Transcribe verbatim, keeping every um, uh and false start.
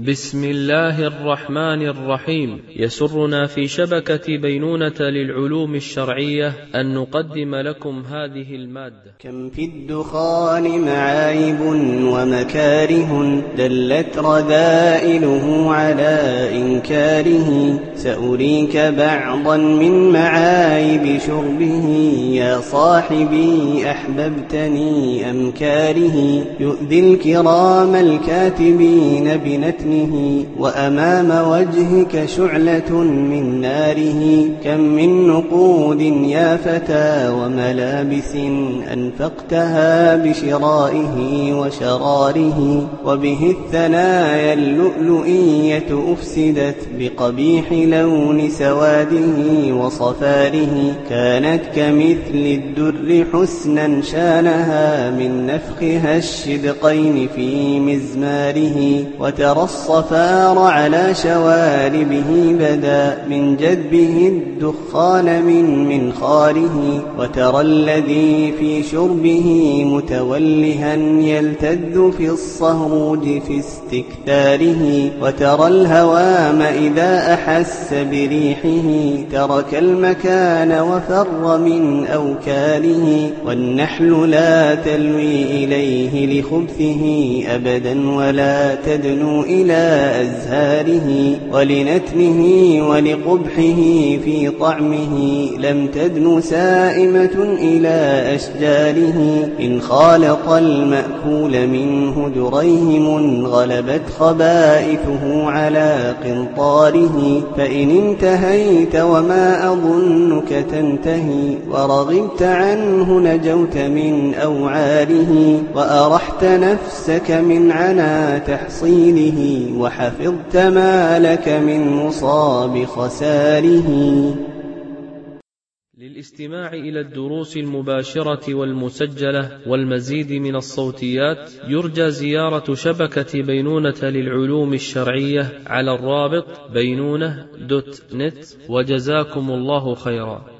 بسم الله الرحمن الرحيم. يسرنا في شبكة بينونة للعلوم الشرعية أن نقدم لكم هذه المادة. كم في الدخان معايب ومكاره دلت رذائله على إنكاره، سأريك بعضا من معايب شربه يا صاحبي أحببتني أم كاره، يؤذي الكرام الكاتبين بنتنه وأمام وجهك شعلة من ناره، كم من نقود يا فتى وملابس أنفقتها بشرائه وشراره، وبه الثنايا اللؤلؤية أفسدت بقبيح لون سواده وصفاره، كانت كمثل الدر حسنا شانها من نفخها الشدقين في مزماره، وترى الصفار على شواربه بدا من جذبه الدخان من منخاره، وترى الذي في شربه متولها يلتذ في الصهروج في استكثاره، وترى الهوام إذا أحس بريحه ترك المكان وفر من أوكاره، والنحل لا تلوي إليه لخبثه أبدا ولا تدنو إلى أزهاره، ولنتنه ولقبحه في طعمه لم تدن سائمة إلى أشجاره، إن خالط المأكول منه دريهم غلبت خبائثه على قنطاره، فإن انتهيت وما أظنك تنتهي ورغبت عنه نجوت من أوعاره، وأرحت نفسك من عنا تحصيله وحفظت ما لك من مصاب خساره. للاستماع إلى الدروس المباشرة والمسجلة والمزيد من الصوتيات يرجى زيارة شبكة بينونة للعلوم الشرعية على الرابط بينونة دوت نت، وجزاكم الله خيرا.